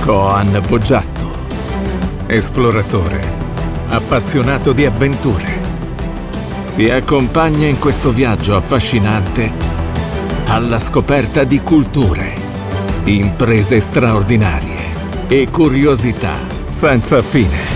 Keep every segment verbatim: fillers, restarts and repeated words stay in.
Coan Boggiatto, esploratore, appassionato di avventure, ti accompagna in questo viaggio affascinante alla scoperta di culture, imprese straordinarie e curiosità senza fine.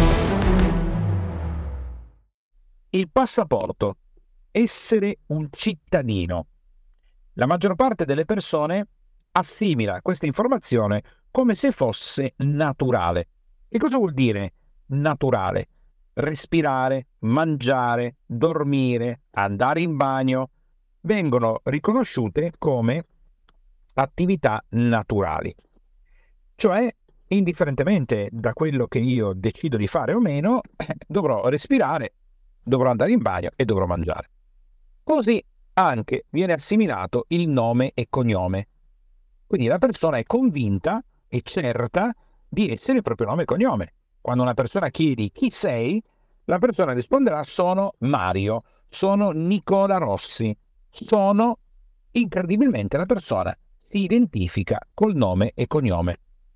Il passaporto. Essere un cittadino. La maggior parte delle persone assimila questa informazione come se fosse naturale. Che cosa vuol dire naturale? Respirare, mangiare, dormire, andare in bagno vengono riconosciute come attività naturali. Cioè, indifferentemente da quello che io decido di fare o meno, eh, dovrò respirare, dovrò andare in bagno e dovrò mangiare. Così anche viene assimilato il nome e cognome. Quindi la persona è convinta e certa di essere il proprio nome e cognome. Quando una persona chiede chi sei, la persona risponderà sono Mario, sono Nicola Rossi, sono... Incredibilmente la persona si identifica col nome e cognome.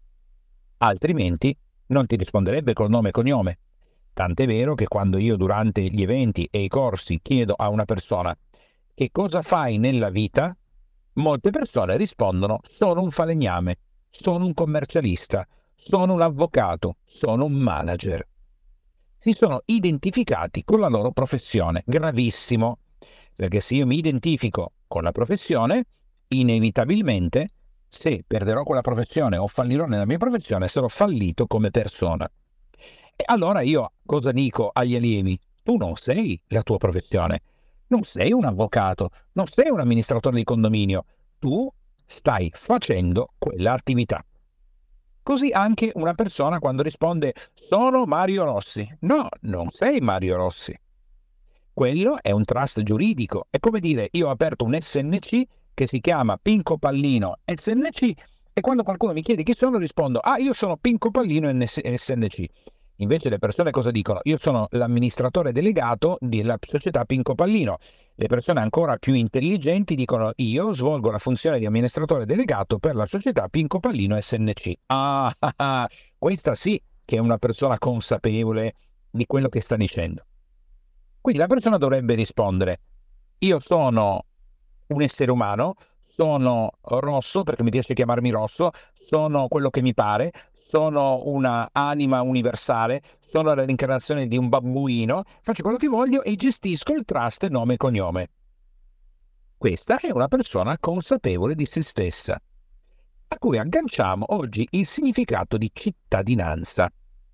Altrimenti non ti risponderebbe col nome e cognome. Tant'è vero che quando io durante gli eventi e i corsi chiedo a una persona che cosa fai nella vita, molte persone rispondono sono un falegname, sono un commercialista, sono un avvocato, sono un manager. Si sono identificati con la loro professione. Gravissimo, perché se io mi identifico con la professione, inevitabilmente, se perderò quella professione o fallirò nella mia professione, sarò fallito come persona. E allora io cosa dico agli allievi? Tu non sei la tua professione, non sei un avvocato, non sei un amministratore di condominio, tu stai facendo quell'attività. Così anche una persona quando risponde sono Mario Rossi. No, non sei Mario Rossi. Quello è un trust giuridico. È come dire io ho aperto un S N C che si chiama Pinco Pallino S N C e quando qualcuno mi chiede chi sono rispondo ah io sono Pinco Pallino S N C. Invece le persone cosa dicono? Io sono l'amministratore delegato della società Pinco Pallino. Le persone ancora più intelligenti dicono io svolgo la funzione di amministratore delegato per la società Pinco Pallino S N C. Ah, ah, ah, questa sì che è una persona consapevole di quello che sta dicendo. Quindi la persona dovrebbe rispondere io sono un essere umano, sono rosso perché mi piace chiamarmi rosso, sono quello che mi pare, sono una anima universale, sono la reincarnazione di un babbuino, faccio quello che voglio e gestisco il trust nome e cognome. Questa è una persona consapevole di se stessa, a cui agganciamo oggi il significato di cittadinanza.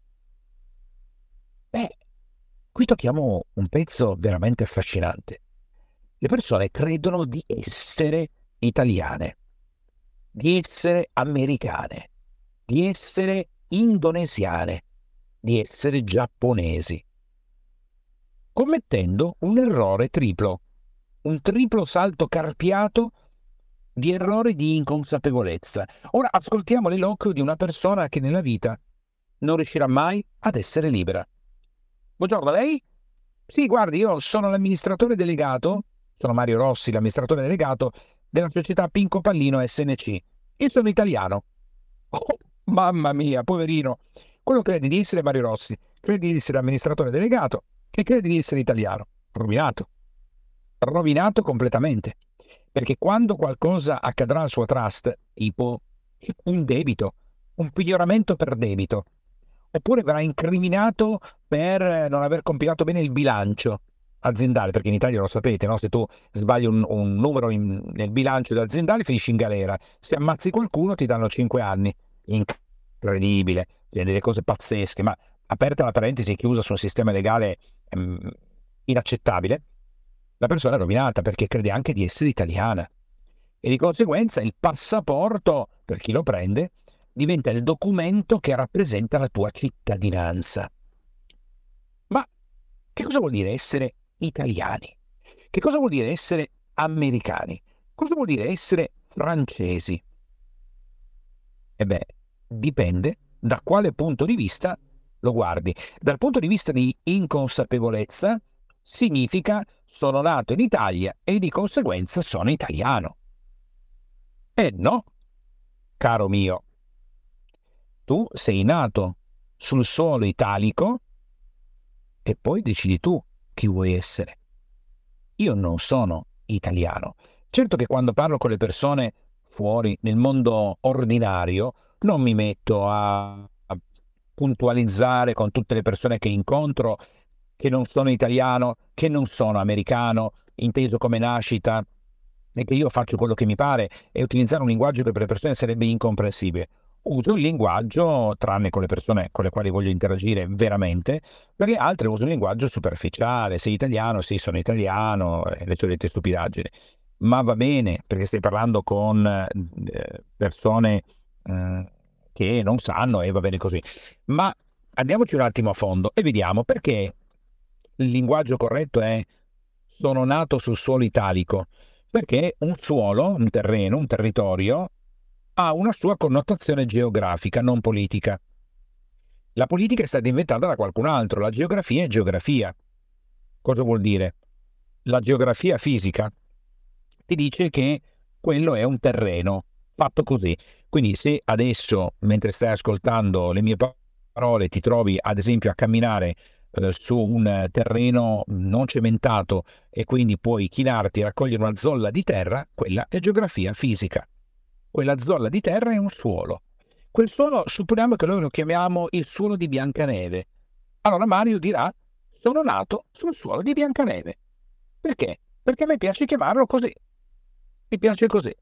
Beh, qui tocchiamo un pezzo veramente affascinante. Le persone credono di essere italiane, di essere americane, di essere indonesiane, di essere giapponesi, commettendo un errore triplo, un triplo salto carpiato di errore di inconsapevolezza. Ora ascoltiamo l'eloquio di una persona che nella vita non riuscirà mai ad essere libera. Buongiorno, lei? Sì, guardi, io sono l'amministratore delegato, sono Mario Rossi, l'amministratore delegato della società Pinco Pallino S N C e sono italiano. Oh, mamma mia, poverino. Quello crede di essere Mario Rossi, crede di essere amministratore delegato e crede di essere italiano. Rovinato. Rovinato completamente. Perché quando qualcosa accadrà al suo trust, tipo un debito, un pignoramento per debito, oppure verrà incriminato per non aver compilato bene il bilancio aziendale, perché in Italia lo sapete, no? Se tu sbagli un, un numero in, nel bilancio aziendale finisci in galera, se ammazzi qualcuno ti danno cinque anni. Incredibile, delle cose pazzesche, ma aperta la parentesi chiusa su un sistema legale ehm, inaccettabile, la persona è rovinata perché crede anche di essere italiana e di conseguenza il passaporto, per chi lo prende, diventa il documento che rappresenta la tua cittadinanza. Ma che cosa vuol dire essere italiani? Che cosa vuol dire essere americani? Cosa vuol dire essere francesi? E beh, dipende da quale punto di vista lo guardi. Dal punto di vista di inconsapevolezza significa sono nato in Italia e di conseguenza sono italiano. E no, caro mio. tu sei nato sul suolo italico e poi decidi tu chi vuoi essere. Io non sono italiano. Certo che quando parlo con le persone fuori nel mondo ordinario non mi metto a, a puntualizzare con tutte le persone che incontro che non sono italiano, che non sono americano, inteso come nascita, e che io faccio quello che mi pare, e utilizzare un linguaggio che per le persone sarebbe incomprensibile. Uso il linguaggio, tranne con le persone con le quali voglio interagire veramente, perché altre uso un linguaggio superficiale. Sei italiano, sì, sono italiano, eh, le solite stupidaggini. Ma va bene, perché stai parlando con eh, persone eh, che non sanno, e va bene così. Ma andiamoci un attimo a fondo e vediamo perché il linguaggio corretto è sono nato sul suolo italico. Perché un suolo, un terreno, un territorio ha una sua connotazione geografica, non politica. La politica è stata inventata da qualcun altro, la geografia è geografia. Cosa vuol dire? La geografia fisica ti dice che quello è un terreno fatto così. Quindi se adesso, mentre stai ascoltando le mie parole, ti trovi ad esempio a camminare eh, su un terreno non cementato e quindi puoi chinarti e raccogliere una zolla di terra, quella è geografia fisica. Quella zolla di terra è un suolo. Quel suolo, supponiamo che noi lo chiamiamo il suolo di Biancaneve. Allora Mario dirà, sono nato sul suolo di Biancaneve. Perché? Perché a me piace chiamarlo così. Mi piace così.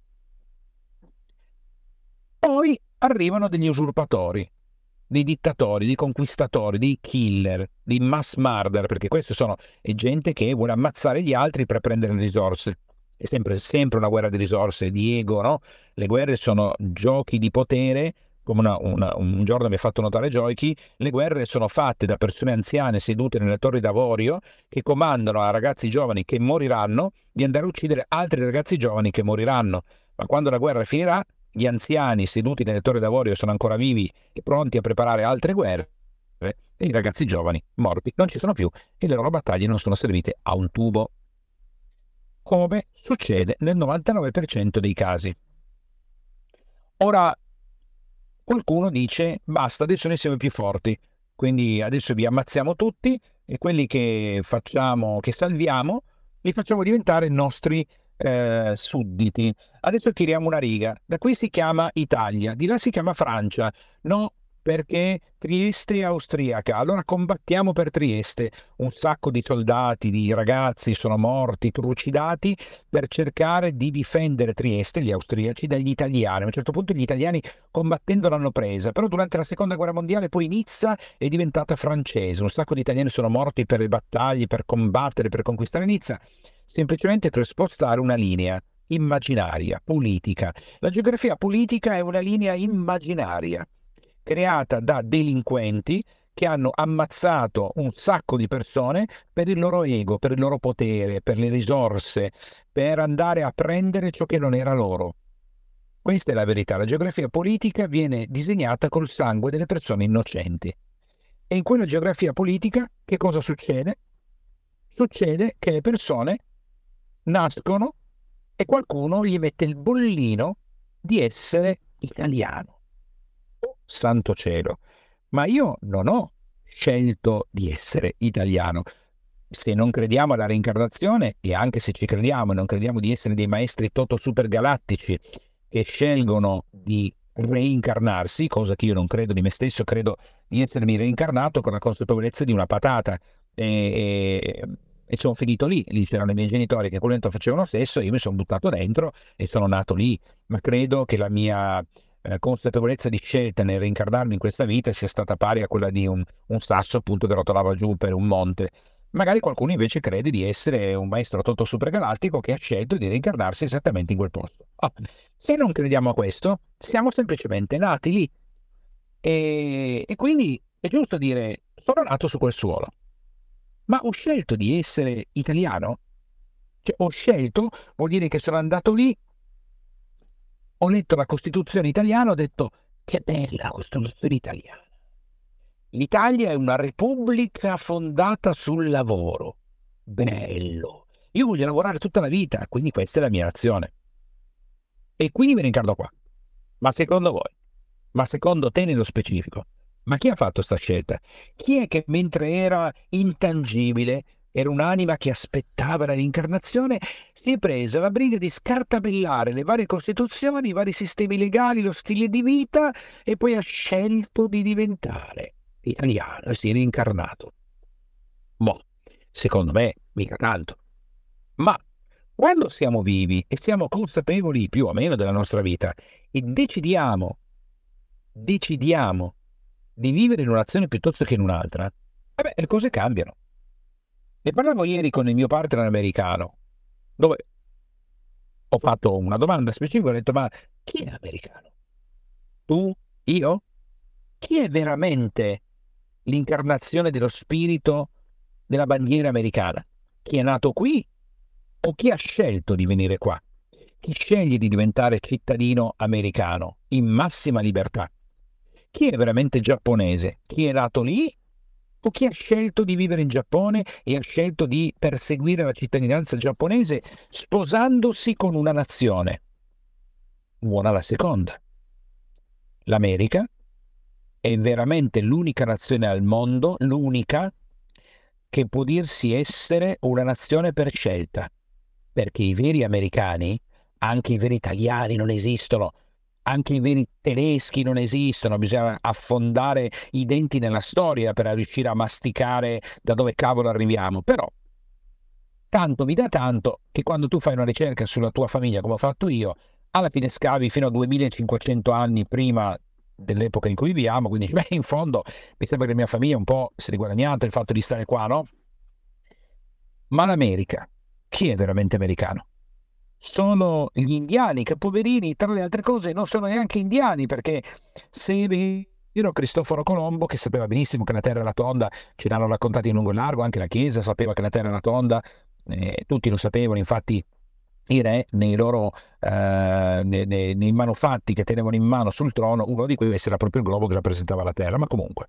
Poi arrivano degli usurpatori, dei dittatori, dei conquistatori, dei killer, dei mass murder, perché questo sono è gente che vuole ammazzare gli altri per prendere le risorse. È sempre, sempre una guerra di risorse, di ego, no? Le guerre sono giochi di potere, come una, una, un giorno mi ha fatto notare Joyki, le guerre sono fatte da persone anziane sedute nelle torri d'avorio che comandano a ragazzi giovani che moriranno di andare a uccidere altri ragazzi giovani che moriranno. Ma quando la guerra finirà, gli anziani seduti nelle torri d'avorio sono ancora vivi e pronti a preparare altre guerre, e i ragazzi giovani morti non ci sono più e le loro battaglie non sono servite a un tubo, come succede nel novantanove per cento dei casi. Ora qualcuno dice basta, adesso noi siamo più forti, quindi adesso vi ammazziamo tutti e quelli che facciamo, che salviamo, li facciamo diventare nostri eh, sudditi. Adesso tiriamo una riga. Da qui si chiama Italia, di là si chiama Francia. No, perché Trieste è austriaca. Allora combattiamo per Trieste. Un sacco di soldati, di ragazzi sono morti, trucidati per cercare di difendere Trieste, gli austriaci, dagli italiani. A un certo punto gli italiani combattendo l'hanno presa, però durante la seconda guerra mondiale poi Nizza è diventata francese. Un sacco di italiani sono morti per le battaglie, per combattere, per conquistare Nizza, semplicemente per spostare una linea immaginaria, politica. La geografia politica è una linea immaginaria creata da delinquenti che hanno ammazzato un sacco di persone per il loro ego, per il loro potere, per le risorse, per andare a prendere ciò che non era loro. Questa è la verità. La geografia politica viene disegnata col sangue delle persone innocenti. E in quella geografia politica che cosa succede? Succede che le persone nascono e qualcuno gli mette il bollino di essere italiano. Oh, santo cielo! Ma io non ho scelto di essere italiano. Se non crediamo alla reincarnazione, e anche se ci crediamo e non crediamo di essere dei maestri toto supergalattici che scelgono di reincarnarsi, cosa che io non credo di me stesso, credo di essermi reincarnato con la consapevolezza di una patata, e, e, e sono finito lì. Lì c'erano i miei genitori che a quel momento facevano lo stesso, io mi sono buttato dentro e sono nato lì, ma credo che la mia eh, consapevolezza di scelta nel reincarnarmi in questa vita sia stata pari a quella di un, un sasso appunto che rotolava giù per un monte. Magari qualcuno invece crede di essere un maestro toto supergalattico che ha scelto di reincarnarsi esattamente in quel posto. Oh, se non crediamo a questo, siamo semplicemente nati lì. E, e quindi è giusto dire, sono nato su quel suolo. Ma ho scelto di essere italiano? Cioè, ho scelto, vuol dire che sono andato lì, ho letto la Costituzione italiana, ho detto, che bella la Costituzione italiana. L'Italia è una repubblica fondata sul lavoro. Bello. Io voglio lavorare tutta la vita, quindi questa è la mia nazione. E quindi me ne incarno qua. Ma secondo voi, Ma secondo te nello specifico, ma chi ha fatto sta scelta? Chi è che mentre era intangibile, era un'anima che aspettava la reincarnazione, si è presa la briga di scartabellare le varie costituzioni, i vari sistemi legali, lo stile di vita e poi ha scelto di diventare italiano e si è reincarnato? Boh, secondo me mica tanto. Ma quando siamo vivi e siamo consapevoli più o meno della nostra vita e decidiamo, decidiamo di vivere in un'azione piuttosto che in un'altra, eh beh, le cose cambiano. Ne parlavo ieri con il mio partner americano, dove ho fatto una domanda specifica, ho detto, ma chi è americano? Tu? Io? Chi è veramente l'incarnazione dello spirito della bandiera americana? Chi è nato qui o chi ha scelto di venire qua? Chi sceglie di diventare cittadino americano in massima libertà? Chi è veramente giapponese? Chi è nato lì o chi ha scelto di vivere in Giappone e ha scelto di perseguire la cittadinanza giapponese sposandosi con una nazione? Buona la seconda. L'America è veramente l'unica nazione al mondo, l'unica, che può dirsi essere una nazione per scelta, perché i veri americani, anche i veri italiani non esistono, anche i veri tedeschi non esistono, bisogna affondare i denti nella storia per riuscire a masticare da dove cavolo arriviamo, però tanto mi dà tanto che quando tu fai una ricerca sulla tua famiglia, come ho fatto io, alla fine scavi fino a duemilacinquecento anni prima dell'epoca in cui viviamo, quindi beh, in fondo mi sembra che la mia famiglia un po' si è riguadagnata il fatto di stare qua, no? Ma l'America, chi è veramente americano? Sono gli indiani, che poverini, tra le altre cose, non sono neanche indiani, perché se è vero Cristoforo Colombo, che sapeva benissimo che la Terra era tonda, ce l'hanno raccontati in lungo e largo, anche la Chiesa sapeva che la Terra era tonda, eh, tutti lo sapevano, infatti i re nei loro eh, nei, nei, nei manufatti che tenevano in mano sul trono, uno di questi era proprio il globo che rappresentava la Terra, ma comunque.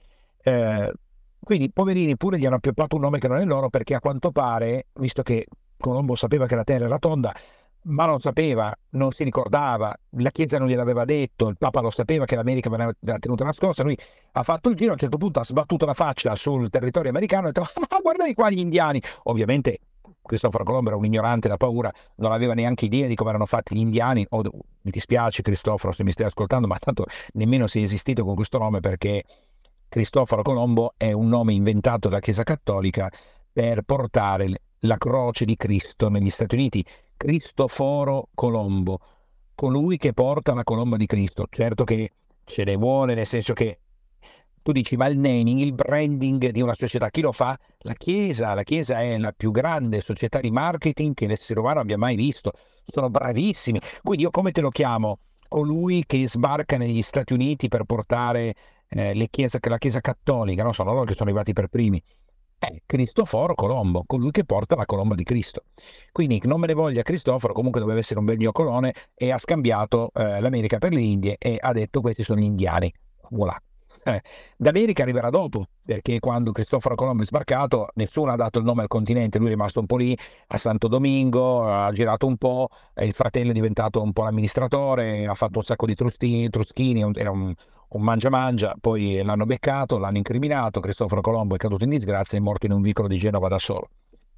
Eh, quindi, poverini, pure gli hanno appioppato un nome che non è loro, perché a quanto pare, visto che Colombo sapeva che la Terra era tonda, ma non sapeva, non si ricordava, la Chiesa non gliel'aveva detto, il Papa lo sapeva che l'America veniva tenuta nascosta, lui ha fatto il giro, a un certo punto ha sbattuto la faccia sul territorio americano e ha detto, ma guardate qua gli indiani! Ovviamente Cristoforo Colombo era un ignorante da paura, non aveva neanche idea di come erano fatti gli indiani, oh, mi dispiace Cristoforo se mi stai ascoltando, ma tanto nemmeno sei esistito con questo nome, perché Cristoforo Colombo è un nome inventato dalla Chiesa Cattolica per portare la croce di Cristo negli Stati Uniti. Cristoforo Colombo, colui che porta la colomba di Cristo. Certo che ce ne vuole, nel senso che tu dici, ma il naming, il branding di una società, chi lo fa? La Chiesa. La Chiesa è la più grande società di marketing che l'essere umano abbia mai visto. Sono bravissimi. Quindi io come te lo chiamo? Colui che sbarca negli Stati Uniti per portare eh, le chiese, la Chiesa Cattolica, no? Sono loro che sono arrivati per primi. È Cristoforo Colombo, colui che porta la colomba di Cristo. Quindi non me ne voglia Cristoforo, comunque doveva essere un bel mio colone e ha scambiato eh, l'America per le Indie e ha detto questi sono gli indiani. Voilà. Eh, D'America arriverà dopo, perché quando Cristoforo Colombo è sbarcato nessuno ha dato il nome al continente, lui è rimasto un po' lì a Santo Domingo, ha girato un po', il fratello è diventato un po' l'amministratore, ha fatto un sacco di truschini, truschini era un, un mangia-mangia, poi l'hanno beccato, l'hanno incriminato, Cristoforo Colombo è caduto in disgrazia e è morto in un vicolo di Genova da solo.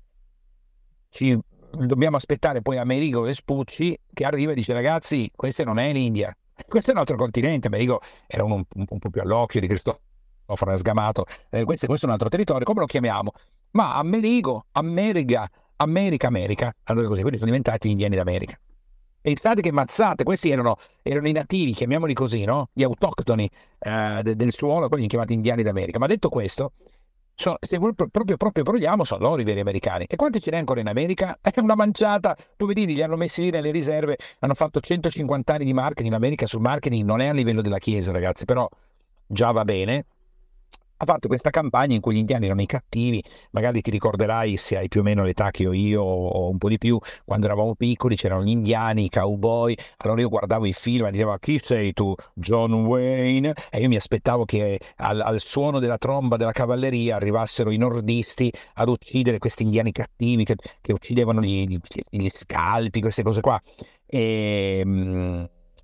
Ci dobbiamo aspettare poi Amerigo Vespucci che arriva e dice ragazzi, questa non è l'India, questo è un altro continente. Amerigo era un, un, un po' più all'occhio di Cristoforo, era sgamato, eh, questo, questo è un altro territorio, come lo chiamiamo? Ma Amerigo, America, America, America, allora così, quindi sono diventati gli indiani d'America. E state che mazzate, questi erano, erano i nativi, chiamiamoli così, no? Gli autoctoni eh, de, del suolo, quelli chiamati indiani d'America. Ma detto questo, so, se voi proprio, proprio vogliamo, sono loro i veri americani. E quanti ce n'è ancora in America? È una manciata, poverini, li hanno messi lì nelle riserve, hanno fatto centocinquanta anni di marketing. In America sul marketing non è a livello della Chiesa, ragazzi, però già va bene. Ha fatto questa campagna in cui gli indiani erano i cattivi, magari ti ricorderai se hai più o meno l'età che ho io o un po' di più, quando eravamo piccoli c'erano gli indiani, i cowboy, allora io guardavo i film e dicevo chi sei tu? John Wayne? E io mi aspettavo che al, al suono della tromba della cavalleria arrivassero i nordisti ad uccidere questi indiani cattivi che, che uccidevano gli, gli, gli scalpi, queste cose qua. E...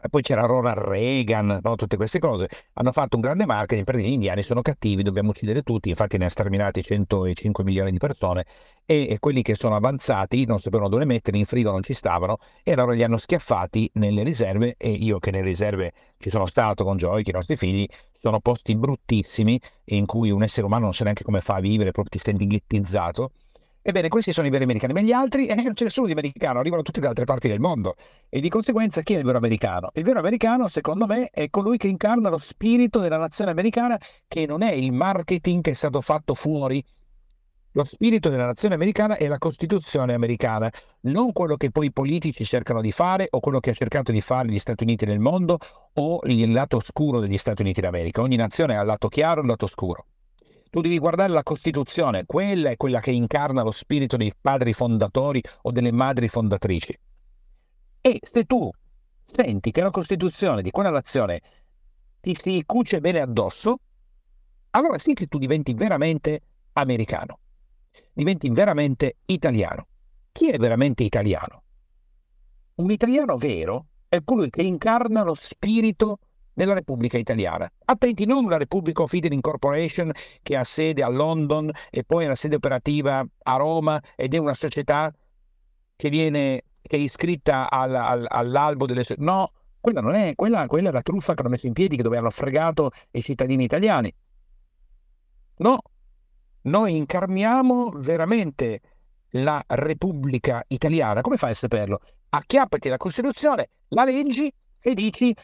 e poi c'era Ronald Reagan, no? Tutte queste cose hanno fatto un grande marketing per dire gli indiani sono cattivi, dobbiamo uccidere tutti, infatti ne ha sterminati centocinque milioni di persone e, e quelli che sono avanzati non sapevano dove metterli, in frigo non ci stavano e allora li hanno schiaffati nelle riserve e io che nelle riserve ci sono stato con Joy, con i nostri figli, sono posti bruttissimi in cui un essere umano non sa neanche come fa a vivere, proprio ti senti ghettizzato. Ebbene, questi sono i veri americani, ma gli altri eh, non ce ne sono di americano, arrivano tutti da altre parti del mondo. E di conseguenza chi è il vero americano? Il vero americano, secondo me, è colui che incarna lo spirito della nazione americana, che non è il marketing che è stato fatto fuori. Lo spirito della nazione americana è la Costituzione americana, non quello che poi i politici cercano di fare o quello che ha cercato di fare gli Stati Uniti nel mondo o il lato oscuro degli Stati Uniti d'America. Ogni nazione ha il lato chiaro e il lato oscuro. Tu devi guardare la Costituzione, quella è quella che incarna lo spirito dei padri fondatori o delle madri fondatrici. E se tu senti che la Costituzione di quella nazione ti si cuce bene addosso, allora sì che tu diventi veramente americano, diventi veramente italiano. Chi è veramente italiano? Un italiano vero è colui che incarna lo spirito della Repubblica Italiana. Attenti, non la Republic of Italy Corporation che ha sede a London e poi ha una sede operativa a Roma ed è una società che viene che è iscritta al, al, all'albo delle... No, quella non è, quella, quella è la truffa che hanno messo in piedi, che dove hanno fregato i cittadini italiani. No, noi incarniamo veramente la Repubblica Italiana. Come fai a saperlo? Acchiappati la Costituzione, la leggi e dici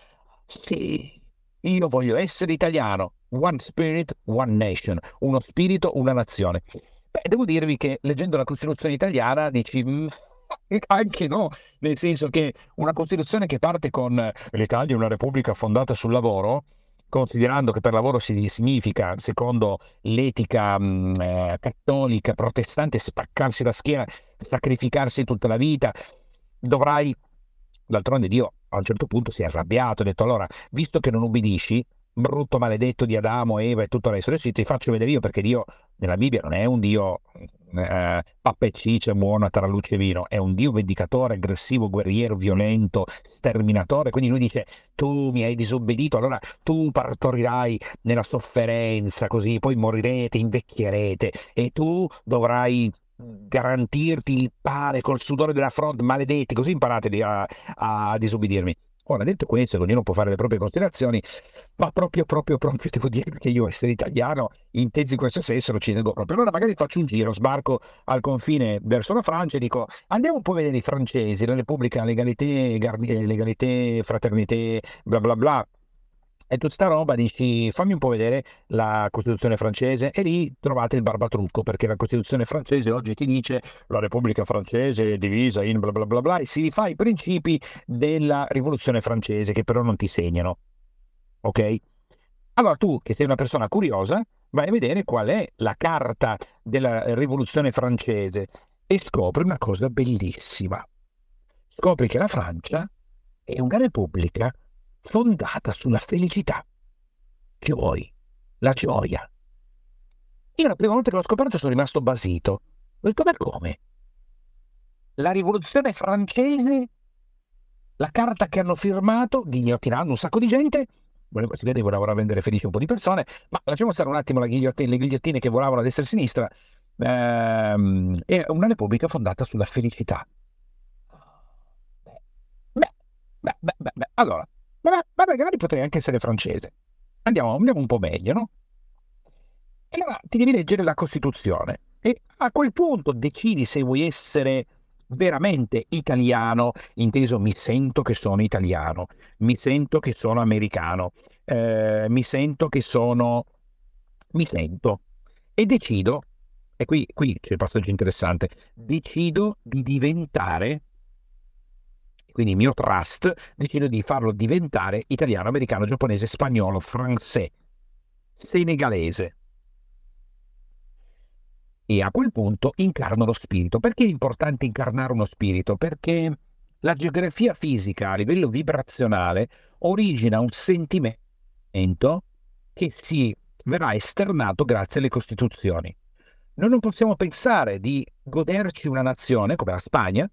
sì, io voglio essere italiano. One spirit, one nation. Uno spirito, una nazione. Beh, devo dirvi che leggendo la Costituzione italiana dici mm, anche no, nel senso che una Costituzione che parte con l'Italia è una repubblica fondata sul lavoro, considerando che per lavoro si significa, secondo l'etica mh, eh, cattolica, protestante, spaccarsi la schiena, sacrificarsi tutta la vita, dovrai... D'altronde Dio a un certo punto si è arrabbiato, ha detto allora, visto che non ubbidisci, brutto maledetto di Adamo, Eva e tutto il resto, adesso ti faccio vedere io, perché Dio nella Bibbia non è un Dio eh, pappa e ciccia, buona tra luce e vino, è un Dio vendicatore, aggressivo, guerriero, violento, sterminatore, quindi lui dice tu mi hai disobbedito, allora tu partorirai nella sofferenza, così poi morirete, invecchierete e tu dovrai garantirti il pane col sudore della fronte, maledetti, così imparate a, a disobbdirmi. Ora, detto questo, ognuno può fare le proprie considerazioni, ma proprio, proprio, proprio devo dire che io essere italiano, intesi in questo senso, lo ci tengo proprio. Allora magari faccio un giro, sbarco al confine verso la Francia e dico andiamo un po' a vedere i francesi, la Repubblica, legalité, legalité, fraternité, bla bla bla. E tutta sta roba dici fammi un po' vedere la Costituzione francese e lì trovate il barbatrucco, perché la Costituzione francese oggi ti dice la Repubblica francese è divisa in bla bla bla bla e si rifà i principi della Rivoluzione francese che però non ti segnano, ok? Allora tu che sei una persona curiosa vai a vedere qual è la carta della Rivoluzione francese e scopri una cosa bellissima. Scopri che la Francia è una repubblica fondata sulla felicità. Joy, la gioia. Io la prima volta che l'ho scoperto sono rimasto basito. Ho detto, ma come? La rivoluzione francese, la carta che hanno firmato, ghigliottinando un sacco di gente, si vede che volavano rendere felici un po' di persone, ma lasciamo stare un attimo la ghigliottina, le ghigliottine che volavano a destra e a sinistra, ehm, è una repubblica fondata sulla felicità. Beh, beh, beh, beh, beh. allora, ma, ma magari potrei anche essere francese. Andiamo, andiamo un po' meglio, no? E allora ti devi leggere la Costituzione e a quel punto decidi se vuoi essere veramente italiano, inteso mi sento che sono italiano, mi sento che sono americano, eh, mi sento che sono... mi sento e decido, e qui, qui c'è il passaggio interessante, decido di diventare... Quindi il mio trust, decido di farlo diventare italiano, americano, giapponese, spagnolo, francese, senegalese. E a quel punto incarno lo spirito. Perché è importante incarnare uno spirito? Perché la geografia fisica a livello vibrazionale origina un sentimento che si verrà esternato grazie alle costituzioni. Noi non possiamo pensare di goderci una nazione come la Spagna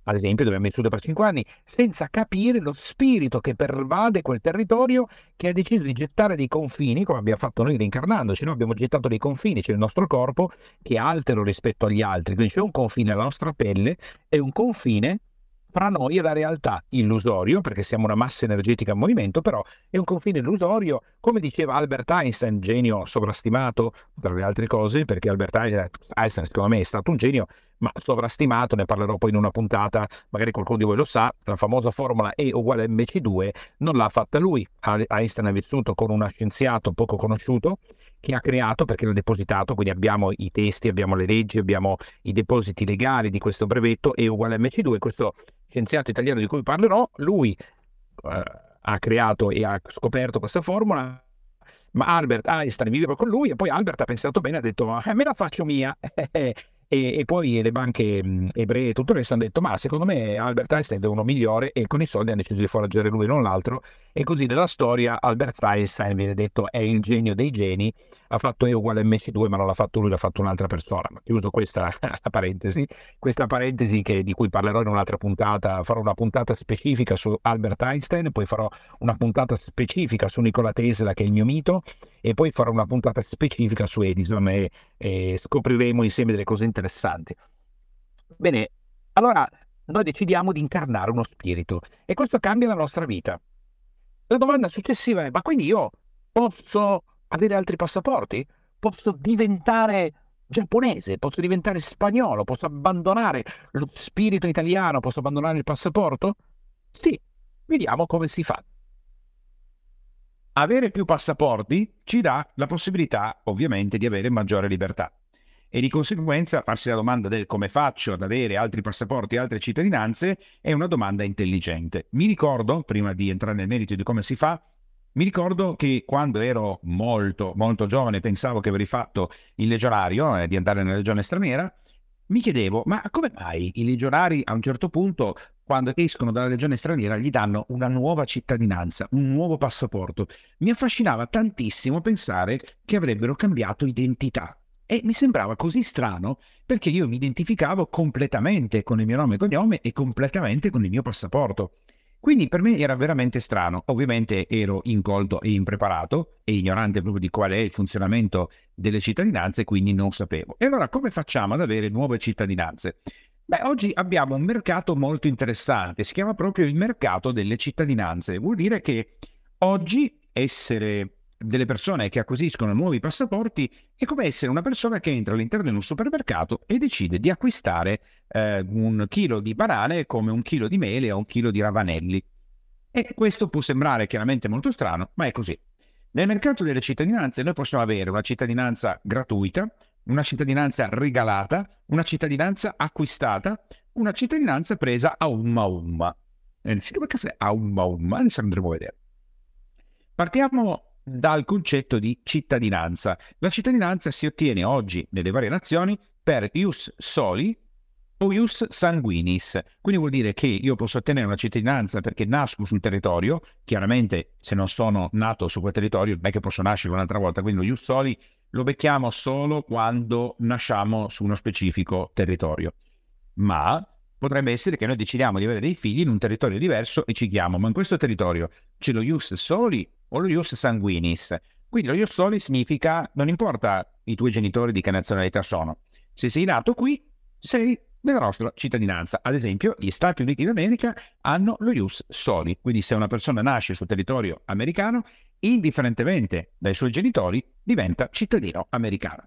ad esempio, dove ha vissuto per cinque anni, senza capire lo spirito che pervade quel territorio, che ha deciso di gettare dei confini, come abbiamo fatto noi reincarnandoci. Noi abbiamo gettato dei confini, c'è il nostro corpo che è altero rispetto agli altri, quindi c'è un confine alla nostra pelle e un confine fra noi e la realtà, illusorio, perché siamo una massa energetica in movimento, però è un confine illusorio, come diceva Albert Einstein, genio sovrastimato tra le altre cose, perché Albert Einstein secondo me è stato un genio, ma sovrastimato, ne parlerò poi in una puntata, magari qualcuno di voi lo sa, la famosa formula E uguale a emme ci due non l'ha fatta lui. Einstein è vissuto con uno scienziato poco conosciuto che ha creato, perché l'ha depositato, quindi abbiamo i testi, abbiamo le leggi, abbiamo i depositi legali di questo brevetto E uguale a emme ci due. Questo scienziato italiano di cui parlerò, lui eh, ha creato e ha scoperto questa formula, ma Albert Einstein viveva con lui e poi Albert ha pensato bene, ha detto ma me la faccio mia. E, e poi le banche mh, ebree e tutto il resto hanno detto ma secondo me Albert Einstein è uno migliore, e con i soldi hanno deciso di foraggiare lui e non l'altro, e così nella storia Albert Einstein viene detto è il genio dei geni. Ha fatto E uguale a emme ci due, ma non l'ha fatto lui, l'ha fatto un'altra persona. Ma chiuso questa parentesi, questa parentesi che, di cui parlerò in un'altra puntata. Farò una puntata specifica su Albert Einstein, poi farò una puntata specifica su Nikola Tesla, che è il mio mito, e poi farò una puntata specifica su Edison e, e scopriremo insieme delle cose interessanti. Bene, allora noi decidiamo di incarnare uno spirito e questo cambia la nostra vita. La domanda successiva è: ma quindi io posso avere altri passaporti? Posso diventare giapponese? Posso diventare spagnolo? Posso abbandonare lo spirito italiano? Posso abbandonare il passaporto? Sì, vediamo come si fa. Avere più passaporti ci dà la possibilità, ovviamente, di avere maggiore libertà. E di conseguenza farsi la domanda del come faccio ad avere altri passaporti e altre cittadinanze è una domanda intelligente. Mi ricordo, prima di entrare nel merito di come si fa, mi ricordo che quando ero molto, molto giovane pensavo che avrei fatto il legionario, eh, di andare nella legione straniera, mi chiedevo, ma come mai i legionari a un certo punto, quando escono dalla legione straniera, gli danno una nuova cittadinanza, un nuovo passaporto? Mi affascinava tantissimo pensare che avrebbero cambiato identità. E mi sembrava così strano perché io mi identificavo completamente con il mio nome e cognome e completamente con il mio passaporto. Quindi per me era veramente strano. Ovviamente ero incolto e impreparato e ignorante proprio di qual è il funzionamento delle cittadinanze, quindi non sapevo. E allora come facciamo ad avere nuove cittadinanze? Beh, oggi abbiamo un mercato molto interessante, si chiama proprio il mercato delle cittadinanze. Vuol dire che oggi essere delle persone che acquisiscono nuovi passaporti è come essere una persona che entra all'interno di un supermercato e decide di acquistare eh, un chilo di banane come un chilo di mele o un chilo di ravanelli. E questo può sembrare chiaramente molto strano, ma è così. Nel mercato delle cittadinanze noi possiamo avere una cittadinanza gratuita, una cittadinanza regalata, una cittadinanza acquistata, una cittadinanza presa a umma umma. E dici, ma cos'è a umma umma? Adesso andremo a vedere. Partiamo dal concetto di cittadinanza. La cittadinanza si ottiene oggi nelle varie nazioni per ius soli o ius sanguinis. Quindi vuol dire che io posso ottenere una cittadinanza perché nasco sul territorio. Chiaramente se non sono nato su quel territorio non è che posso nascere un'altra volta, quindi lo ius soli lo becchiamo solo quando nasciamo su uno specifico territorio. Ma potrebbe essere che noi decidiamo di avere dei figli in un territorio diverso e ci chiamo, ma in questo territorio c'è lo ius soli o lo ius sanguinis. Quindi lo ius soli significa non importa i tuoi genitori di che nazionalità sono. Se sei nato qui, sei nella nostra cittadinanza. Ad esempio, gli Stati Uniti d'America hanno lo ius soli. Quindi se una persona nasce sul territorio americano, indifferentemente dai suoi genitori, diventa cittadino americano.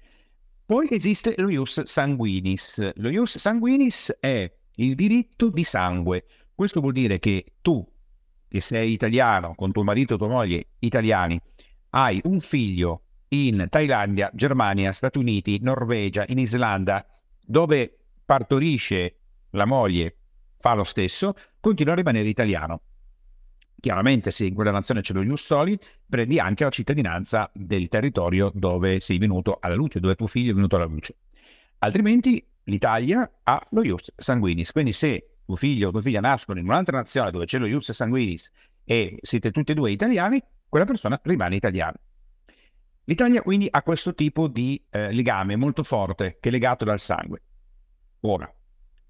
Poi esiste lo ius sanguinis. Lo ius sanguinis è il diritto di sangue. Questo vuol dire che tu, che sei italiano, con tuo marito e tua moglie italiani, hai un figlio in Thailandia, Germania, Stati Uniti, Norvegia, in Islanda, dove partorisce la moglie, fa lo stesso, continua a rimanere italiano. Chiaramente se in quella nazione c'è lo ius soli, prendi anche la cittadinanza del territorio dove sei venuto alla luce, dove tuo figlio è venuto alla luce. Altrimenti l'Italia ha lo ius sanguinis, quindi se tuo figlio o tua figlia nascono in un'altra nazione dove c'è lo ius sanguinis e siete tutti e due italiani, quella persona rimane italiana. L'Italia quindi ha questo tipo di eh, legame molto forte che è legato dal sangue. Ora,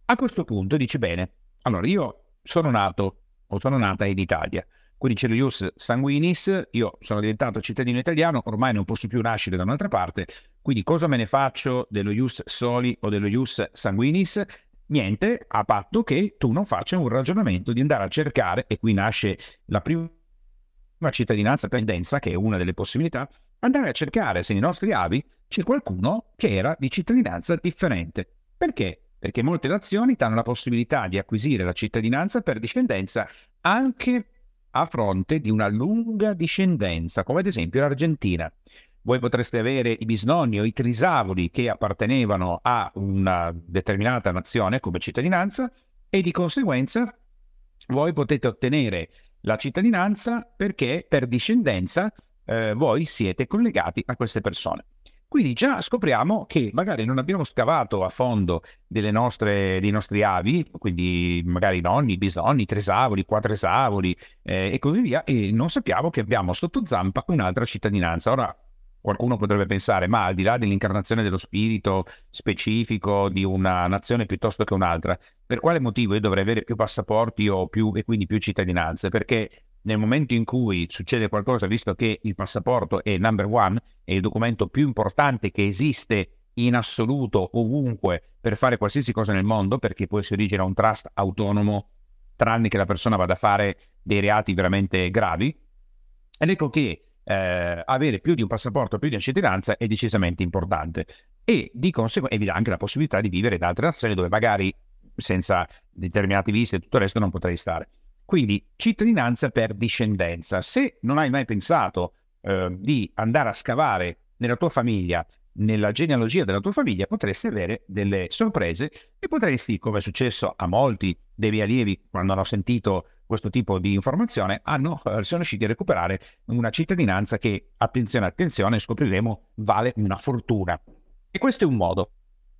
A questo punto dici, bene, allora io sono nato o sono nata in Italia, quindi c'è lo ius sanguinis, io sono diventato cittadino italiano, ormai non posso più nascere da un'altra parte, quindi cosa me ne faccio dello ius soli o dello ius sanguinis? Niente, a patto che tu non faccia un ragionamento di andare a cercare, e qui nasce la prima cittadinanza per tendenza, che è una delle possibilità, andare a cercare se nei nostri avi c'è qualcuno che era di cittadinanza differente. Perché? Perché molte nazioni danno la possibilità di acquisire la cittadinanza per discendenza anche a fronte di una lunga discendenza, come ad esempio l'Argentina. Voi potreste avere i bisnonni o i trisavoli che appartenevano a una determinata nazione come cittadinanza e di conseguenza voi potete ottenere la cittadinanza perché per discendenza eh, voi siete collegati a queste persone. Quindi già scopriamo che magari non abbiamo scavato a fondo delle nostre, dei nostri avi, quindi magari nonni, bisnonni, tresavoli, quattresavoli eh, e così via, e non sappiamo che abbiamo sotto zampa un'altra cittadinanza. Ora, qualcuno potrebbe pensare, ma al di là dell'incarnazione dello spirito specifico di una nazione piuttosto che un'altra, per quale motivo io dovrei avere più passaporti o più, e quindi più cittadinanze? Perché nel momento in cui succede qualcosa, visto che il passaporto è number one, è il documento più importante che esiste in assoluto ovunque per fare qualsiasi cosa nel mondo, perché poi si origina un trust autonomo, tranne che la persona vada a fare dei reati veramente gravi. Ed ecco che eh, avere più di un passaporto, più di una cittadinanza è decisamente importante. E di conseguenza e vi dà anche la possibilità di vivere in altre nazioni dove magari senza determinati visti e tutto il resto non potrei stare. Quindi cittadinanza per discendenza. Se non hai mai pensato eh, di andare a scavare nella tua famiglia, nella genealogia della tua famiglia, potresti avere delle sorprese e potresti, come è successo a molti dei miei allievi quando hanno sentito questo tipo di informazione, hanno, eh, sono riusciti a recuperare una cittadinanza che, attenzione, attenzione, scopriremo, vale una fortuna. E questo è un modo.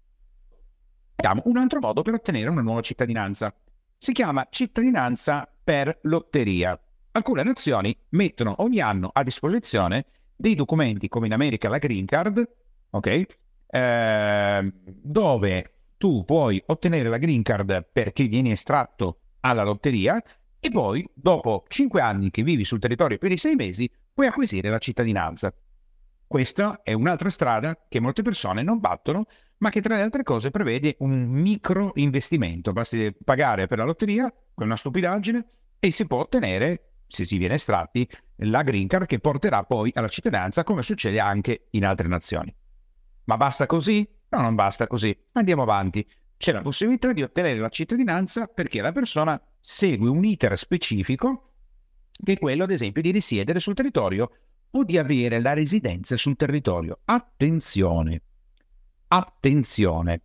Abbiamo un altro modo per ottenere una nuova cittadinanza. Si chiama cittadinanza per lotteria. Alcune nazioni mettono ogni anno a disposizione dei documenti, come in America la Green Card, ok? Eh, dove tu puoi ottenere la Green Card perché vieni estratto alla lotteria e poi, dopo cinque anni che vivi sul territorio più di sei mesi, puoi acquisire la cittadinanza. Questa è un'altra strada che molte persone non battono, ma che tra le altre cose prevede un micro investimento. Basti pagare per la lotteria, è una stupidaggine, e si può ottenere, se si viene estratti, la green card che porterà poi alla cittadinanza, come succede anche in altre nazioni. Ma basta così? No, non basta così. Andiamo avanti. C'è la possibilità di ottenere la cittadinanza perché la persona segue un iter specifico, che è quello, ad esempio, di risiedere sul territorio o di avere la residenza sul territorio. Attenzione, attenzione.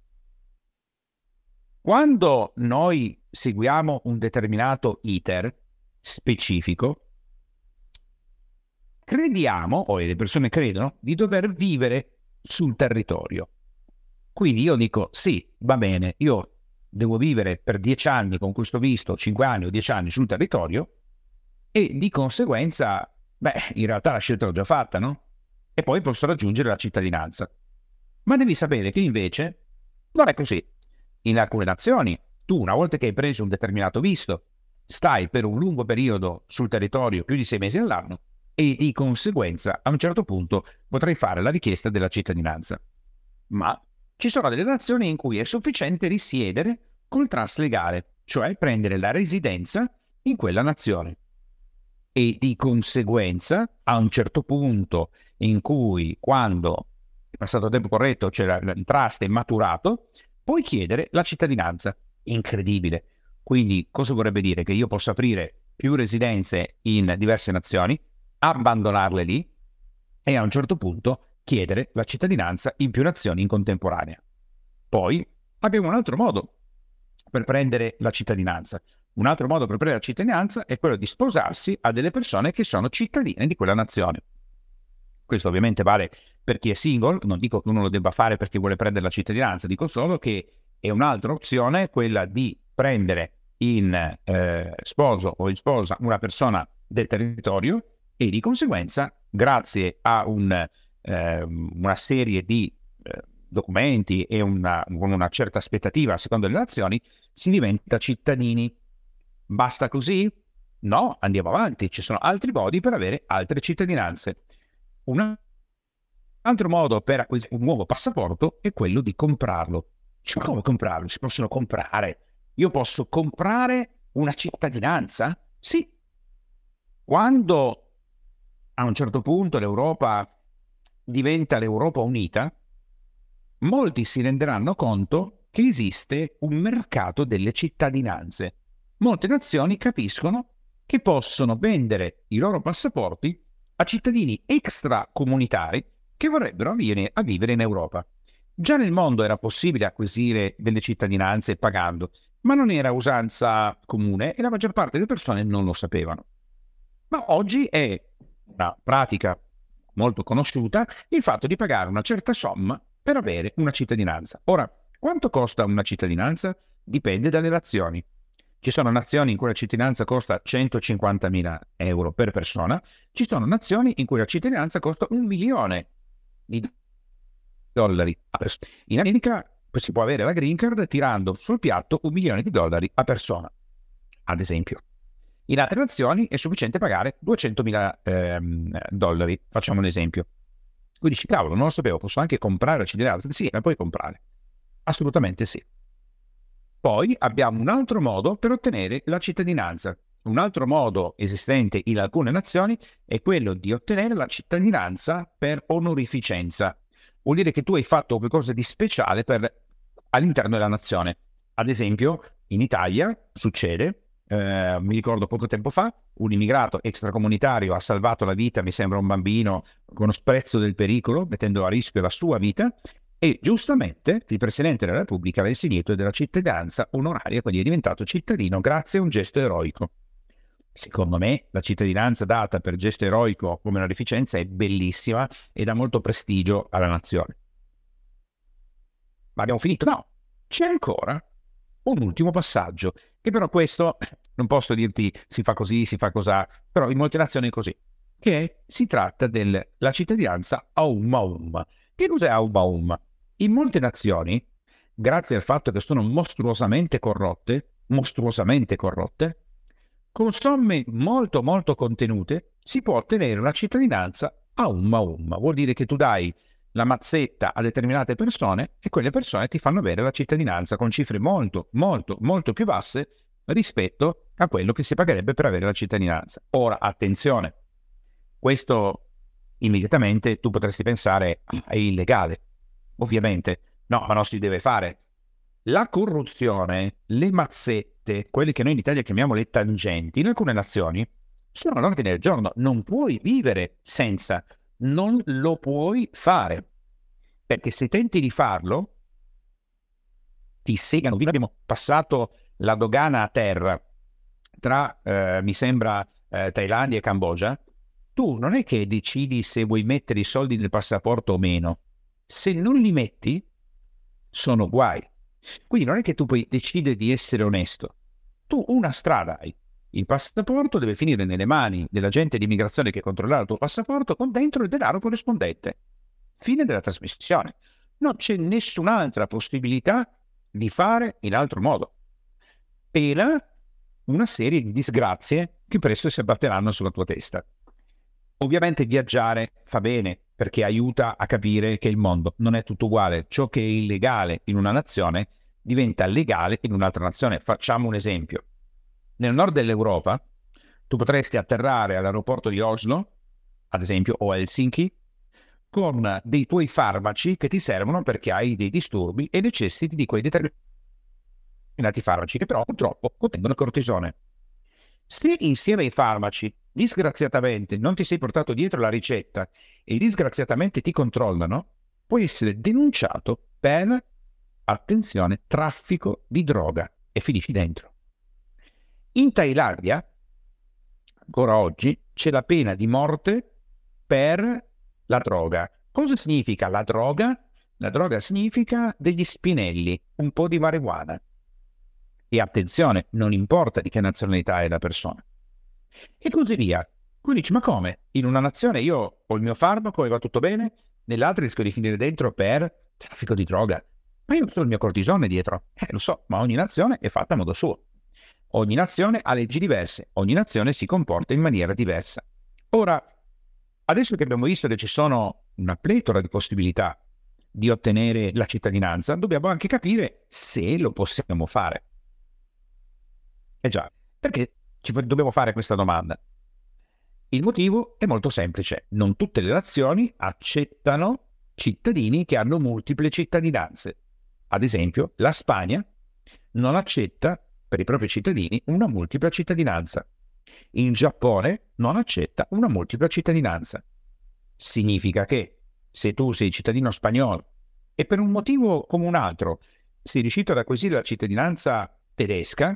Quando noi seguiamo un determinato iter specifico, crediamo, o le persone credono, di dover vivere sul territorio. Quindi io dico, sì, va bene, io devo vivere per dieci anni con questo visto, cinque anni o dieci anni sul territorio, e di conseguenza, beh, in realtà la scelta l'ho già fatta, no? E poi posso raggiungere la cittadinanza. Ma devi sapere che invece non è così. In alcune nazioni, tu una volta che hai preso un determinato visto, stai per un lungo periodo sul territorio, più di sei mesi all'anno, e di conseguenza a un certo punto potrai fare la richiesta della cittadinanza. Ma ci sono delle nazioni in cui è sufficiente risiedere col trust legale, cioè prendere la residenza in quella nazione. E di conseguenza, a un certo punto in cui, quando è passato il tempo corretto, cioè il trust è maturato, puoi chiedere la cittadinanza. Incredibile. Quindi cosa vorrebbe dire? Che io posso aprire più residenze in diverse nazioni, abbandonarle lì e a un certo punto chiedere la cittadinanza in più nazioni in contemporanea. Poi abbiamo un altro modo per prendere la cittadinanza. Un altro modo per prendere la cittadinanza è quello di sposarsi a delle persone che sono cittadine di quella nazione. Questo ovviamente vale per chi è single, non dico che uno lo debba fare perché vuole prendere la cittadinanza, dico solo che è un'altra opzione quella di prendere in eh, sposo o in sposa una persona del territorio e di conseguenza, grazie a un, eh, una serie di eh, documenti e una, con una certa aspettativa secondo le nazioni, si diventa cittadini. Basta così? No, andiamo avanti, ci sono altri modi per avere altre cittadinanze. Un altro modo per acquisire un nuovo passaporto è quello di comprarlo. Cioè, come comprarlo? Si possono comprare? Io posso comprare una cittadinanza? Sì. Quando a un certo punto l'Europa diventa l'Europa unita, molti si renderanno conto che esiste un mercato delle cittadinanze. Molte nazioni capiscono che possono vendere i loro passaporti a cittadini extracomunitari che vorrebbero venire a vivere in Europa. Già nel mondo era possibile acquisire delle cittadinanze pagando, ma non era usanza comune e la maggior parte delle persone non lo sapevano. Ma oggi è una pratica molto conosciuta il fatto di pagare una certa somma per avere una cittadinanza. Ora, quanto costa una cittadinanza? Dipende dalle nazioni. Ci sono nazioni in cui la cittadinanza costa centocinquantamila euro per persona, ci sono nazioni in cui la cittadinanza costa un milione di dollari a persona. In America si può avere la green card tirando sul piatto un milione di dollari a persona, ad esempio. In altre nazioni è sufficiente pagare duecentomila ehm, dollari, facciamo un esempio. Quindi dici, cavolo, non lo sapevo, posso anche comprare la cittadinanza? Sì, la puoi comprare. Assolutamente sì. Poi abbiamo un altro modo per ottenere la cittadinanza. Un altro modo esistente in alcune nazioni è quello di ottenere la cittadinanza per onorificenza. Vuol dire che tu hai fatto qualcosa di speciale per, all'interno della nazione. Ad esempio, in Italia succede, eh, mi ricordo poco tempo fa, un immigrato extracomunitario ha salvato la vita, mi sembra un bambino, con lo sprezzo del pericolo, mettendo a rischio la sua vita, e giustamente il Presidente della Repubblica aveva insignito della cittadinanza onoraria, quindi è diventato cittadino grazie a un gesto eroico. Secondo me la cittadinanza data per gesto eroico come onorificenza è bellissima e dà molto prestigio alla nazione. Ma abbiamo finito? No, c'è ancora un ultimo passaggio, che però questo non posso dirti si fa così, si fa cosà, però in molte nazioni è così, che è, si tratta della cittadinanza Aum Aum. Che cos'è Aum Aum? In molte nazioni, grazie al fatto che sono mostruosamente corrotte, mostruosamente corrotte, con somme molto molto contenute si può ottenere una cittadinanza Aum Aum. Vuol dire che tu dai la mazzetta a determinate persone e quelle persone ti fanno avere la cittadinanza con cifre molto molto molto più basse rispetto a quello che si pagherebbe per avere la cittadinanza. Ora, attenzione, questo immediatamente tu potresti pensare ah, è illegale. Ovviamente, no, ma non si deve fare. La corruzione, le mazzette, quelle che noi in Italia chiamiamo le tangenti, in alcune nazioni sono all'ordine del giorno. Non puoi vivere senza, non lo puoi fare. Perché se tenti di farlo, ti segano. Fino abbiamo passato la dogana a terra tra, eh, mi sembra, eh, Thailandia e Cambogia. Tu non è che decidi se vuoi mettere i soldi nel passaporto o meno. Se non li metti, sono guai. Quindi non è che tu puoi decidere di essere onesto. Tu una strada hai. Il passaporto deve finire nelle mani dell'agente di immigrazione che controllerà il tuo passaporto con dentro il denaro corrispondente. Fine della trasmissione. Non c'è nessun'altra possibilità di fare in altro modo. Pena una serie di disgrazie che presto si abbatteranno sulla tua testa. Ovviamente viaggiare fa bene perché aiuta a capire che il mondo non è tutto uguale. Ciò che è illegale in una nazione diventa legale in un'altra nazione. Facciamo un esempio. Nel nord dell'Europa tu potresti atterrare all'aeroporto di Oslo, ad esempio, o a Helsinki, con dei tuoi farmaci che ti servono perché hai dei disturbi e necessiti di quei determinati farmaci che però purtroppo contengono cortisone. Se insieme ai farmaci disgraziatamente non ti sei portato dietro la ricetta e disgraziatamente ti controllano, puoi essere denunciato per, attenzione, traffico di droga e finisci dentro. In Thailandia, ancora oggi, c'è la pena di morte per la droga. Cosa significa la droga? La droga significa degli spinelli, un po' di marijuana. E attenzione, non importa di che nazionalità è la persona. E così via. Quindi dici, ma come? In una nazione io ho il mio farmaco e va tutto bene, nell'altra rischio di finire dentro per traffico di droga. Ma io sono il mio cortisone dietro. Eh, lo so, ma ogni nazione è fatta a modo suo. Ogni nazione ha leggi diverse, ogni nazione si comporta in maniera diversa. Ora, adesso che abbiamo visto che ci sono una pletora di possibilità di ottenere la cittadinanza, dobbiamo anche capire se lo possiamo fare. Eh già, perché ci dobbiamo fare questa domanda? Il motivo è molto semplice: non tutte le nazioni accettano cittadini che hanno multiple cittadinanze. Ad esempio, la Spagna non accetta per i propri cittadini una multipla cittadinanza. Il Giappone non accetta una multipla cittadinanza. Significa che se tu sei cittadino spagnolo e per un motivo come un altro sei riuscito ad acquisire la cittadinanza tedesca,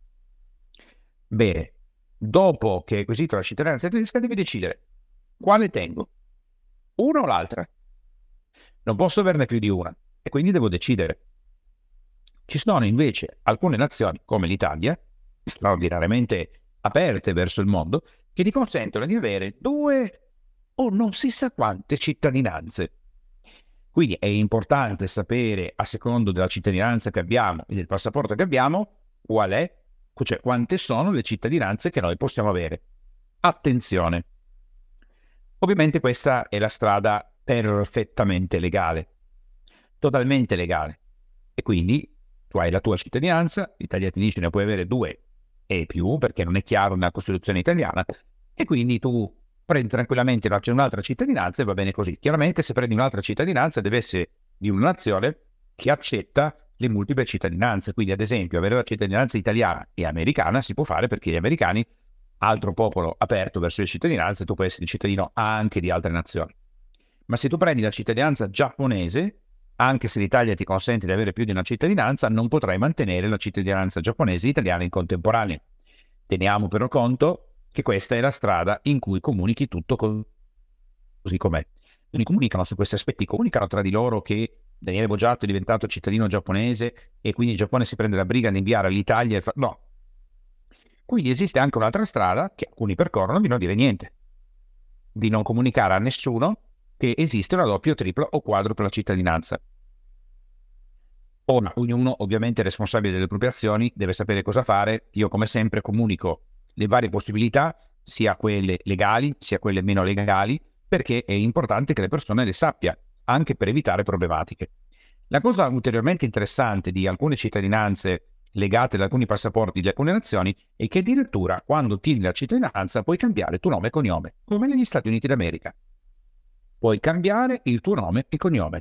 bene, dopo che hai acquisito la cittadinanza tedesca devi decidere quale tengo, una o l'altra. Non posso averne più di una e quindi devo decidere. Ci sono invece alcune nazioni, come l'Italia, straordinariamente aperte verso il mondo, che ti consentono di avere due o non si sa quante cittadinanze. Quindi è importante sapere, a secondo della cittadinanza che abbiamo e del passaporto che abbiamo, qual è, cioè quante sono le cittadinanze che noi possiamo avere. Attenzione! Ovviamente questa è la strada perfettamente legale, totalmente legale, e quindi tu hai la tua cittadinanza, l'Italia ti dice ne puoi avere due e più, perché non è chiaro nella Costituzione italiana, e quindi tu prendi tranquillamente un'altra cittadinanza e va bene così. Chiaramente se prendi un'altra cittadinanza deve essere di una nazione che accetta le multiple cittadinanze, quindi ad esempio avere la cittadinanza italiana e americana si può fare perché gli americani, altro popolo aperto verso le cittadinanze, tu puoi essere cittadino anche di altre nazioni. Ma se tu prendi la cittadinanza giapponese, anche se l'Italia ti consente di avere più di una cittadinanza, non potrai mantenere la cittadinanza giapponese e italiana in contemporanea. Teniamo però conto che questa è la strada in cui comunichi tutto così com'è. Non comunicano su questi aspetti, comunicano tra di loro che Daniele Boggiatto è diventato cittadino giapponese e quindi il Giappone si prende la briga di inviare all'Italia. Fa... No. Quindi esiste anche un'altra strada che alcuni percorrono di non dire niente, di non comunicare a nessuno che esiste una doppia, tripla o quadrupla cittadinanza. Ora, ognuno ovviamente è responsabile delle proprie azioni, deve sapere cosa fare. Io come sempre comunico le varie possibilità, sia quelle legali, sia quelle meno legali, perché è importante che le persone le sappia, anche per evitare problematiche. La cosa ulteriormente interessante di alcune cittadinanze legate ad alcuni passaporti di alcune nazioni è che addirittura quando ottieni la cittadinanza puoi cambiare tuo nome e cognome, come negli Stati Uniti d'America. Puoi cambiare il tuo nome e cognome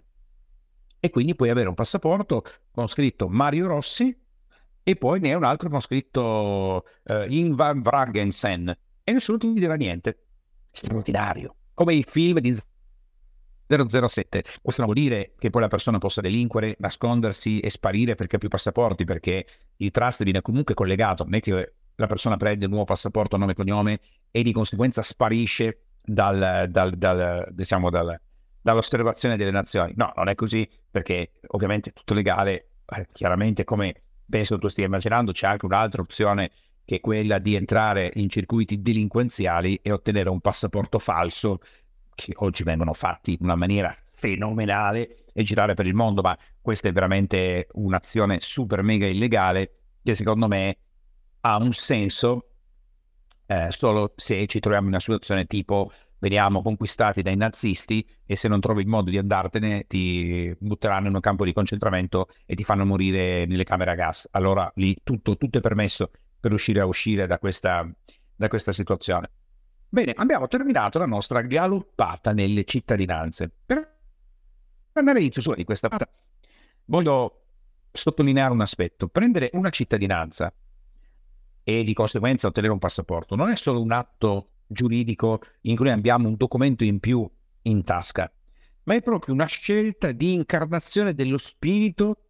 e quindi puoi avere un passaporto con scritto Mario Rossi e poi ne è un altro con scritto uh, Ingvar Vragensen e nessuno ti dirà niente. Straordinario, come i film di zero zero sette. Questo non vuol dire che poi la persona possa delinquere, nascondersi e sparire perché ha più passaporti, perché il trust viene comunque collegato, non è che la persona prende il nuovo passaporto, nome e cognome e di conseguenza sparisce dal, dal, dal, diciamo dal, dall'osservazione delle nazioni. No, non è così, perché ovviamente è tutto legale. Eh, chiaramente, come penso tu stia immaginando, c'è anche un'altra opzione che è quella di entrare in circuiti delinquenziali e ottenere un passaporto falso, che oggi vengono fatti in una maniera fenomenale, e girare per il mondo, ma questa è veramente un'azione super mega illegale che secondo me ha un senso eh, solo se ci troviamo in una situazione tipo veniamo conquistati dai nazisti e se non trovi il modo di andartene ti butteranno in un campo di concentramento e ti fanno morire nelle camere a gas. Allora lì tutto, tutto è permesso per riuscire a uscire da questa, da questa situazione. Bene, abbiamo terminato la nostra galoppata nelle cittadinanze. Per andare in chiusura di questa puntata voglio sottolineare un aspetto. Prendere una cittadinanza e di conseguenza ottenere un passaporto non è solo un atto giuridico in cui abbiamo un documento in più in tasca, ma è proprio una scelta di incarnazione dello spirito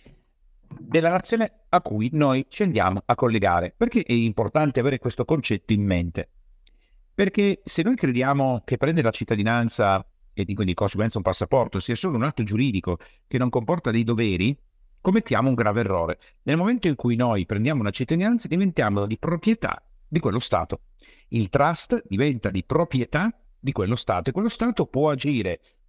della nazione a cui noi ci andiamo a collegare. Perché è importante avere questo concetto in mente? Perché se noi crediamo che prendere la cittadinanza e di, quindi di conseguenza un passaporto sia solo un atto giuridico che non comporta dei doveri, commettiamo un grave errore. Nel momento in cui noi prendiamo una cittadinanza diventiamo di proprietà di quello Stato. Il trust diventa di proprietà di quello Stato e quello Stato può agire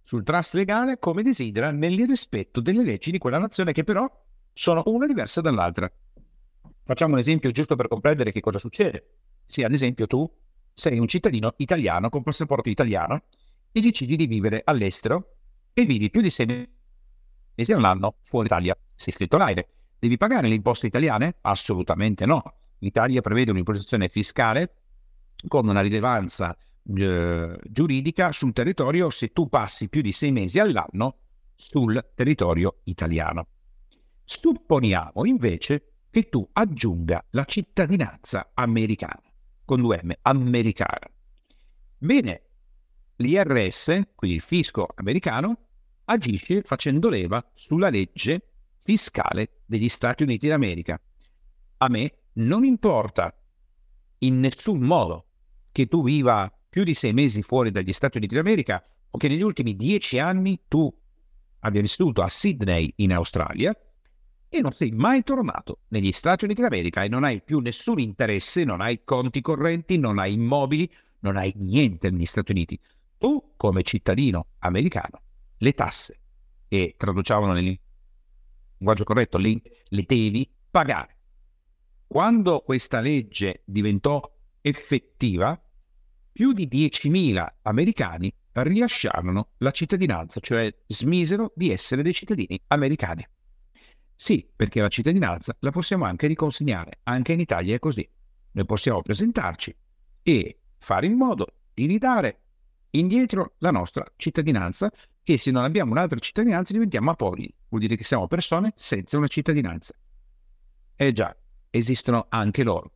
sul trust legale come desidera nel rispetto delle leggi di quella nazione che però sono una diversa dall'altra. Facciamo un esempio giusto per comprendere che cosa succede. Se ad esempio tu sei un cittadino italiano con passaporto italiano e decidi di vivere all'estero e vivi più di sei mesi all'anno fuori Italia, sei iscritto all'AIRE. Devi pagare le imposte italiane? Assolutamente no. L'Italia prevede un'imposizione fiscale con una rilevanza eh, giuridica sul territorio se tu passi più di sei mesi all'anno sul territorio italiano. Supponiamo invece che tu aggiunga la cittadinanza americana, con due M, americana. Bene, l'I R S, quindi il fisco americano, agisce facendo leva sulla legge fiscale degli Stati Uniti d'America. A me non importa in nessun modo che tu viva più di sei mesi fuori dagli Stati Uniti d'America o che negli ultimi dieci anni tu abbia vissuto a Sydney in Australia e non sei mai tornato negli Stati Uniti d'America e non hai più nessun interesse, non hai conti correnti, non hai immobili, non hai niente negli Stati Uniti. Tu, come cittadino americano, le tasse, e traduciamolo nel linguaggio corretto, le, le devi pagare. Quando questa legge diventò effettiva, più di diecimila americani rilasciarono la cittadinanza, cioè smisero di essere dei cittadini americani. Sì, perché la cittadinanza la possiamo anche riconsegnare, anche in Italia è così. Noi possiamo presentarci e fare in modo di ridare indietro la nostra cittadinanza, che se non abbiamo un'altra cittadinanza diventiamo apolidi, vuol dire che siamo persone senza una cittadinanza. Eh già, esistono anche loro.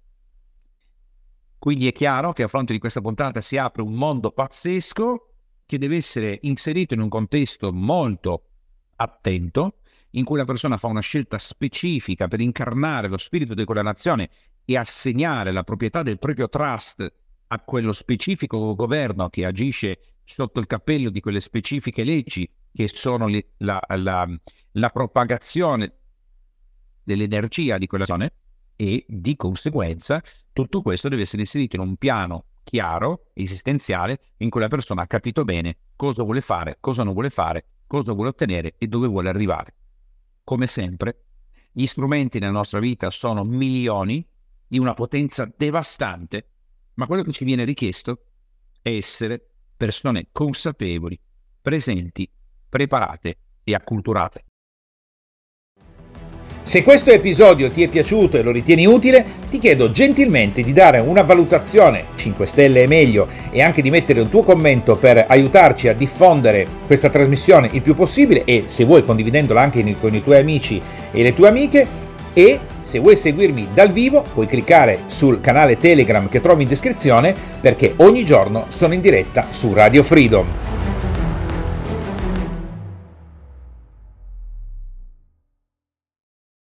Quindi è chiaro che a fronte di questa puntata si apre un mondo pazzesco che deve essere inserito in un contesto molto attento, in cui la persona fa una scelta specifica per incarnare lo spirito di quella nazione e assegnare la proprietà del proprio trust a quello specifico governo che agisce sotto il cappello di quelle specifiche leggi che sono le, la, la, la propagazione dell'energia di quella nazione, e di conseguenza tutto questo deve essere inserito in un piano chiaro, esistenziale, in cui la persona ha capito bene cosa vuole fare, cosa non vuole fare, cosa vuole ottenere e dove vuole arrivare. Come sempre, gli strumenti nella nostra vita sono milioni, di una potenza devastante, ma quello che ci viene richiesto è essere persone consapevoli, presenti, preparate e acculturate. Se questo episodio ti è piaciuto e lo ritieni utile, ti chiedo gentilmente di dare una valutazione, cinque stelle e meglio, e anche di mettere un tuo commento per aiutarci a diffondere questa trasmissione il più possibile, e se vuoi condividendola anche con i tuoi amici e le tue amiche. E se vuoi seguirmi dal vivo puoi cliccare sul canale Telegram che trovi in descrizione, perché ogni giorno sono in diretta su Radio Freedom.